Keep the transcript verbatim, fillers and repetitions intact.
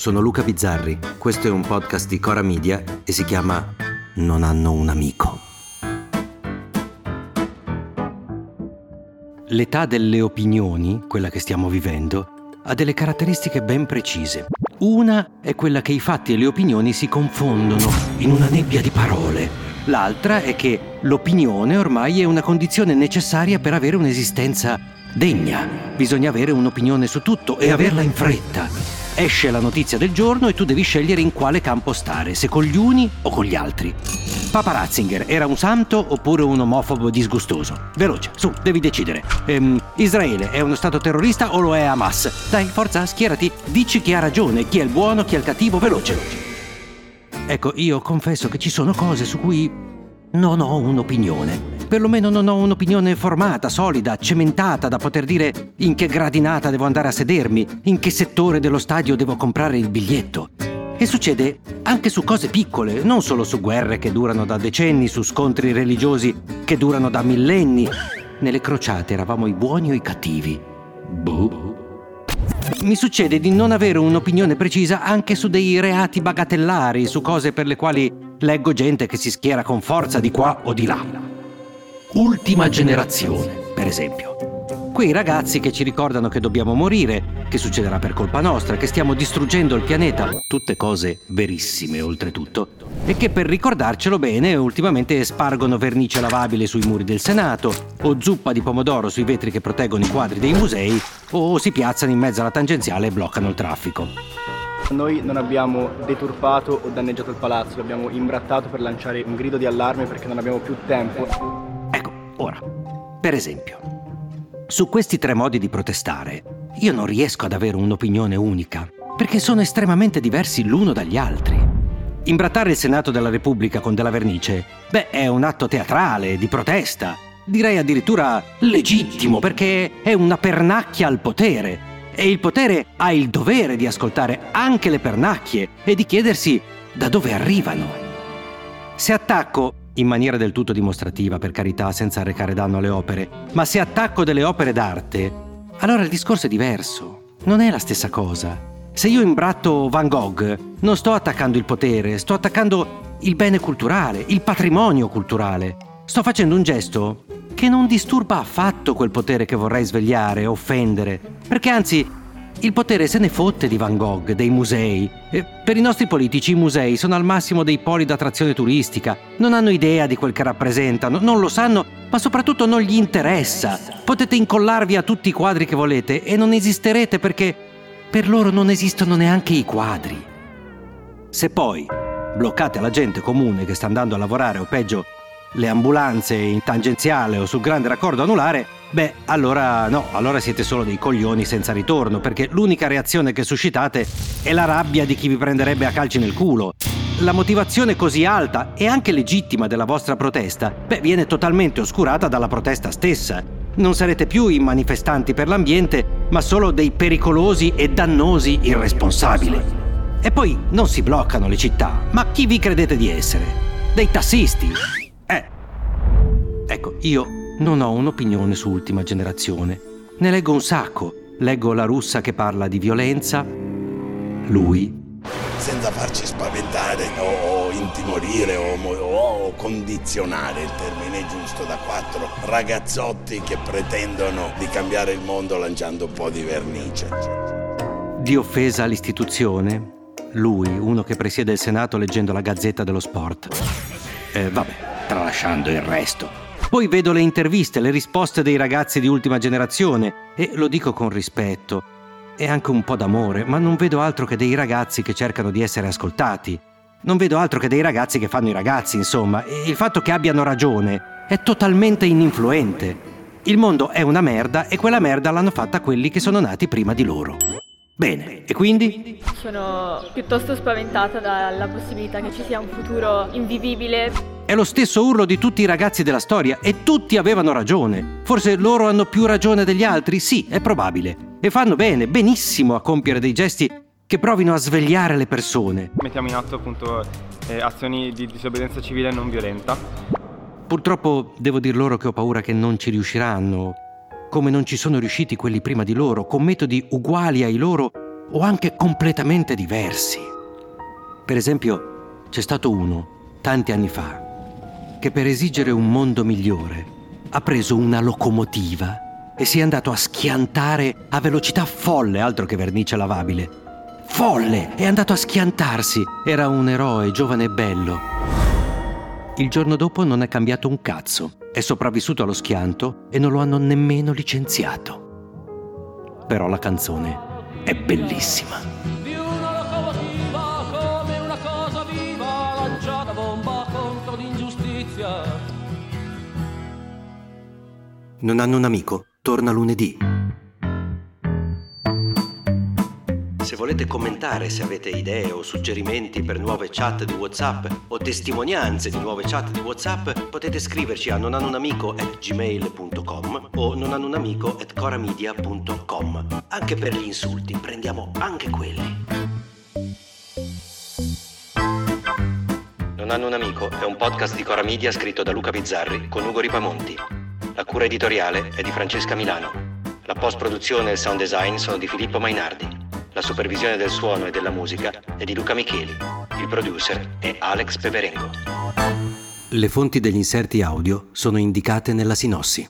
sono Luca Bizzarri, questo è un podcast di Cora Media e si chiama Non hanno un amico. L'età delle opinioni, quella che stiamo vivendo, ha delle caratteristiche ben precise. Una è quella che i fatti e le opinioni si confondono in una nebbia di parole. L'altra è che l'opinione ormai è una condizione necessaria per avere un'esistenza degna. Bisogna avere un'opinione su tutto e averla in fretta. Esce la notizia del giorno e tu devi scegliere in quale campo stare, se con gli uni o con gli altri. Papa Ratzinger era un santo oppure un omofobo disgustoso? Veloce, su, devi decidere. Ehm, Israele è uno stato terrorista o lo è Hamas? Dai, forza, schierati, dici chi ha ragione, chi è il buono, chi è il cattivo, veloce. Ecco, io confesso che ci sono cose su cui non ho un'opinione. Perlomeno non ho un'opinione formata, solida, cementata da poter dire in che gradinata devo andare a sedermi, in che settore dello stadio devo comprare il biglietto. E succede anche su cose piccole, non solo su guerre che durano da decenni, su scontri religiosi che durano da millenni. Nelle crociate eravamo i buoni o i cattivi? Boh. Mi succede di non avere un'opinione precisa anche su dei reati bagatellari, su cose per le quali leggo gente che si schiera con forza di qua o di là. Ultima generazione, per esempio. Quei ragazzi che ci ricordano che dobbiamo morire, che succederà per colpa nostra, che stiamo distruggendo il pianeta, tutte cose verissime oltretutto, e che per ricordarcelo bene ultimamente spargono vernice lavabile sui muri del Senato, o zuppa di pomodoro sui vetri che proteggono i quadri dei musei, o si piazzano in mezzo alla tangenziale e bloccano il traffico. Noi non abbiamo deturpato o danneggiato il palazzo, l'abbiamo imbrattato per lanciare un grido di allarme perché non abbiamo più tempo. Ecco, ora, per esempio, su questi tre modi di protestare, io non riesco ad avere un'opinione unica, perché sono estremamente diversi l'uno dagli altri. Imbrattare il Senato della Repubblica con della vernice, beh, è un atto teatrale, di protesta, direi addirittura legittimo, perché è una pernacchia al potere. E il potere ha il dovere di ascoltare anche le pernacchie e di chiedersi da dove arrivano. Se attacco, in maniera del tutto dimostrativa, per carità, senza arrecare danno alle opere, ma se attacco delle opere d'arte, allora il discorso è diverso. Non è la stessa cosa. Se io imbratto Van Gogh, non sto attaccando il potere, sto attaccando il bene culturale, il patrimonio culturale. Sto facendo un gesto che non disturba affatto quel potere che vorrei svegliare, offendere, perché anzi il potere se ne fotte di Van Gogh, dei musei. E per i nostri politici i musei sono al massimo dei poli d'attrazione turistica, non hanno idea di quel che rappresentano, non lo sanno, ma soprattutto non gli interessa. Potete incollarvi a tutti i quadri che volete e non esisterete perché per loro non esistono neanche i quadri. Se poi bloccate la gente comune che sta andando a lavorare o peggio le ambulanze in tangenziale o sul grande raccordo anulare, beh, allora no, allora siete solo dei coglioni senza ritorno, perché l'unica reazione che suscitate è la rabbia di chi vi prenderebbe a calci nel culo. La motivazione così alta e anche legittima della vostra protesta, beh, viene totalmente oscurata dalla protesta stessa. Non sarete più i manifestanti per l'ambiente, ma solo dei pericolosi e dannosi irresponsabili. E poi non si bloccano le città, ma chi vi credete di essere? Dei tassisti? Eh. Ecco, io non ho un'opinione su Ultima Generazione. Ne leggo un sacco. Leggo la russa che parla di violenza. Lui. Senza farci spaventare o intimorire o, o condizionare, il termine giusto, da quattro ragazzotti che pretendono di cambiare il mondo lanciando un po' di vernice. Di offesa all'istituzione. Lui, uno che presiede il Senato leggendo la Gazzetta dello Sport. Eh, vabbè, tralasciando il resto. Poi vedo le interviste, le risposte dei ragazzi di Ultima Generazione e lo dico con rispetto e anche un po' d'amore, ma non vedo altro che dei ragazzi che cercano di essere ascoltati. Non vedo altro che dei ragazzi che fanno i ragazzi, insomma, e il fatto che abbiano ragione è totalmente ininfluente. Il mondo è una merda e quella merda l'hanno fatta quelli che sono nati prima di loro. Bene, e quindi? Sono piuttosto spaventata dalla possibilità che ci sia un futuro invivibile. È lo stesso urlo di tutti i ragazzi della storia e tutti avevano ragione. Forse loro hanno più ragione degli altri? Sì, è probabile. E fanno bene, benissimo a compiere dei gesti che provino a svegliare le persone. Mettiamo in atto appunto eh, azioni di disobbedienza civile non violenta. Purtroppo devo dir loro che ho paura che non ci riusciranno, come non ci sono riusciti quelli prima di loro, con metodi uguali ai loro o anche completamente diversi. Per esempio, c'è stato uno, tanti anni fa, che per esigere un mondo migliore ha preso una locomotiva e si è andato a schiantare a velocità folle, altro che vernice lavabile. Folle! È andato a schiantarsi. Era un eroe, giovane e bello. Il giorno dopo non è cambiato un cazzo. È sopravvissuto allo schianto e non lo hanno nemmeno licenziato. Però la canzone è bellissima. Di una locomotiva come una cosa viva, lanciata bomba contro l'ingiustizia. Non hanno un amico? Torna lunedì. Se volete commentare, se avete idee o suggerimenti per nuove chat di WhatsApp o testimonianze di nuove chat di WhatsApp, potete scriverci a nonhanunamico at gmail punto com o nonhanunamico at coramedia punto com. Anche per gli insulti, prendiamo anche quelli. Non hanno un amico è un podcast di Cora Media scritto da Luca Bizzarri con Ugo Ripamonti. La cura editoriale è di Francesca Milano. La post-produzione e il sound design sono di Filippo Mainardi. La supervisione del suono e della musica è di Luca Micheli. Il producer è Alex Peverengo. Le fonti degli inserti audio sono indicate nella sinossi.